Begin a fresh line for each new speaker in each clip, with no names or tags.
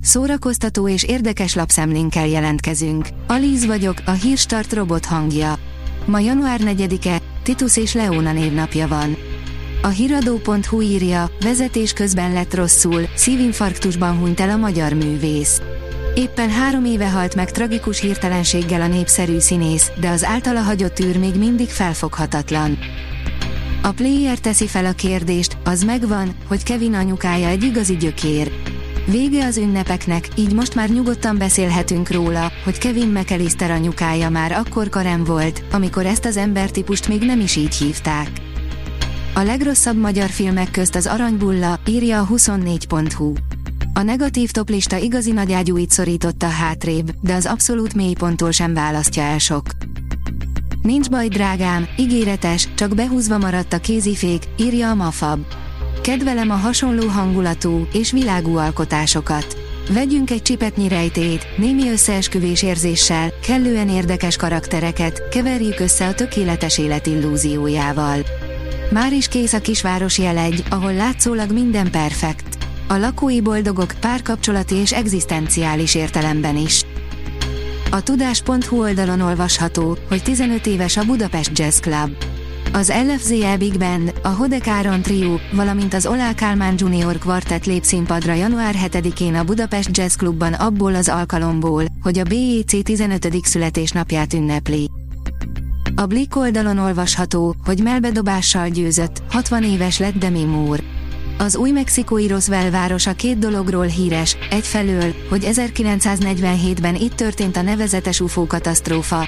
Szórakoztató és érdekes lapszemlénkkel jelentkezünk. Alíz vagyok, a Hírstart robot hangja. Ma január 4-e, Titus és Leóna névnapja van. A hiradó.hu írja, vezetés közben lett rosszul, szívinfarktusban hunyt el a magyar művész. Éppen 3 éve halt meg tragikus hirtelenséggel a népszerű színész, de az általa hagyott űr még mindig felfoghatatlan. A Player teszi fel a kérdést, az megvan, hogy Kevin anyukája egy igazi gyökér. Vége az ünnepeknek, így most már nyugodtan beszélhetünk róla, hogy Kevin McAllister anyukája már akkor Karen volt, amikor ezt az embertípust még nem is így hívták. A legrosszabb magyar filmek közt az Aranybulla, írja a 24.hu. A negatív toplista igazi nagyágyúit szorította hátrébb, de az abszolút mélyponttól sem választja el sok. Nincs baj drágám, ígéretes, csak behúzva maradt a kézifék, írja a Mafab. Kedvelem a hasonló hangulatú és világú alkotásokat. Vegyünk egy csipetnyi rejtélyt, némi összeesküvés érzéssel, kellően érdekes karaktereket, keverjük össze a tökéletes élet illúziójával. Már is kész a kisvárosi jelegy, ahol látszólag minden perfekt. A lakói boldogok párkapcsolati és egzisztenciális értelemben is. A tudás.hu oldalon olvasható, hogy 15 éves a Budapest Jazz Club. Az LFZE Big Band, a Hodek Áron Trio, valamint az Oláh Kálmán Junior Quartet lép színpadra január 7-én a Budapest Jazz Clubban abból az alkalomból, hogy a BEC 15. születésnapját ünnepli. A Blick oldalon olvasható, hogy mellbedobással győzött, 60 éves lett Demi Moore. Az új mexikói Roswell városa 2 dologról híres, egyfelől, hogy 1947-ben itt történt a nevezetes UFO katasztrófa,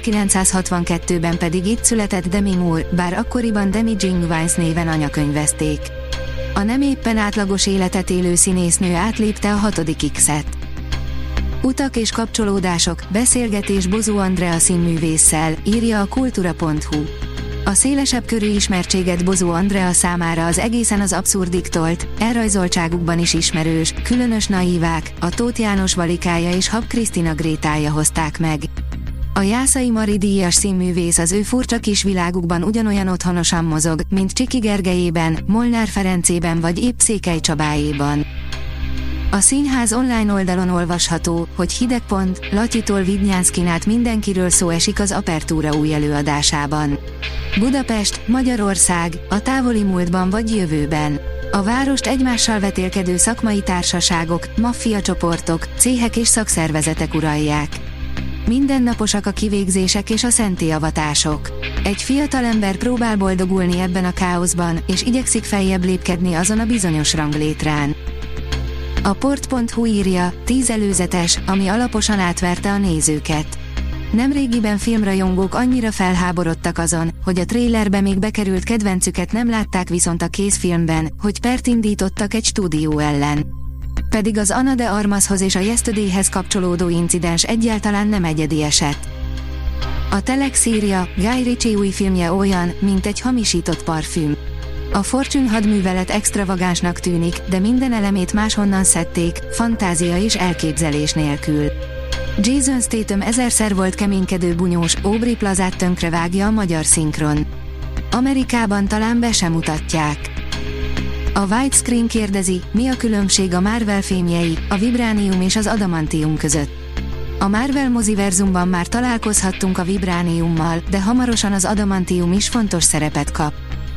1962-ben pedig itt született Demi Moore, bár akkoriban Demi Jean Vines néven anyakönyvezték. A nem éppen átlagos életet élő színésznő átlépte a 6. X-et. Utak és kapcsolódások, beszélgetés Bozó Andrea színművésszel, írja a kultura.hu. A szélesebb körű ismertséget Bozó Andrea számára az egészen az abszurdig tolt, elrajzoltságukban is ismerős, különös naívák, a Tóth János Valikája és Hab Krisztina Grétája hozták meg. A Jászai Mari díjas színművész az ő furcsa kis világukban ugyanolyan otthonosan mozog, mint Csiki Gergelyében, Molnár Ferencében vagy épp Székely Csabáéban. A színház online oldalon olvasható, hogy hideg pont, Latyitól Vidnyánszkin át mindenkiről szó esik az Apertúra új előadásában. Budapest, Magyarország, a távoli múltban vagy jövőben. A várost egymással vetélkedő szakmai társaságok, maffiacsoportok, céhek és szakszervezetek uralják. Mindennaposak a kivégzések és a szentélyavatások. Egy fiatalember próbál boldogulni ebben a káoszban, és igyekszik feljebb lépkedni azon a bizonyos ranglétrán. A port.hu írja, 10 előzetes, ami alaposan átverte a nézőket. Nemrégiben filmrajongók annyira felháborodtak azon, hogy a trélerbe még bekerült kedvencüket nem látták viszont a készfilmben, hogy pert indítottak egy stúdió ellen. Pedig az Ana de Armashoz és a Yesterdayhez kapcsolódó incidens egyáltalán nem egyedi eset. A Telex írja, Guy Ritchie új filmje olyan, mint egy hamisított parfüm. A Fortune hadművelet extravagánsnak tűnik, de minden elemét máshonnan szedték, fantázia és elképzelés nélkül. Jason Statham ezerszer volt keménykedő bunyós, Aubrey Plazát tönkrevágja a magyar szinkron. Amerikában talán be sem mutatják. A Widescreen kérdezi, mi a különbség a Marvel filmjei, a Vibranium és az Adamantium között. A Marvel moziverzumban már találkozhattunk a Vibraniummal, de hamarosan az Adamantium is fontos szerepet kap.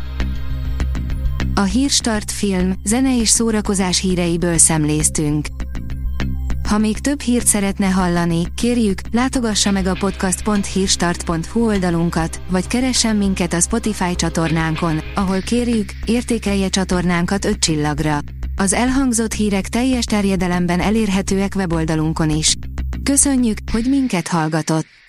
A Hírstart film, zene és szórakozás híreiből szemléztünk. Ha még több hírt szeretne hallani, kérjük, látogassa meg a podcast.hírstart.hu oldalunkat, vagy keressen minket a Spotify csatornánkon, ahol kérjük, értékelje csatornánkat 5 csillagra. Az elhangzott hírek teljes terjedelemben elérhetőek weboldalunkon is. Köszönjük, hogy minket hallgatott!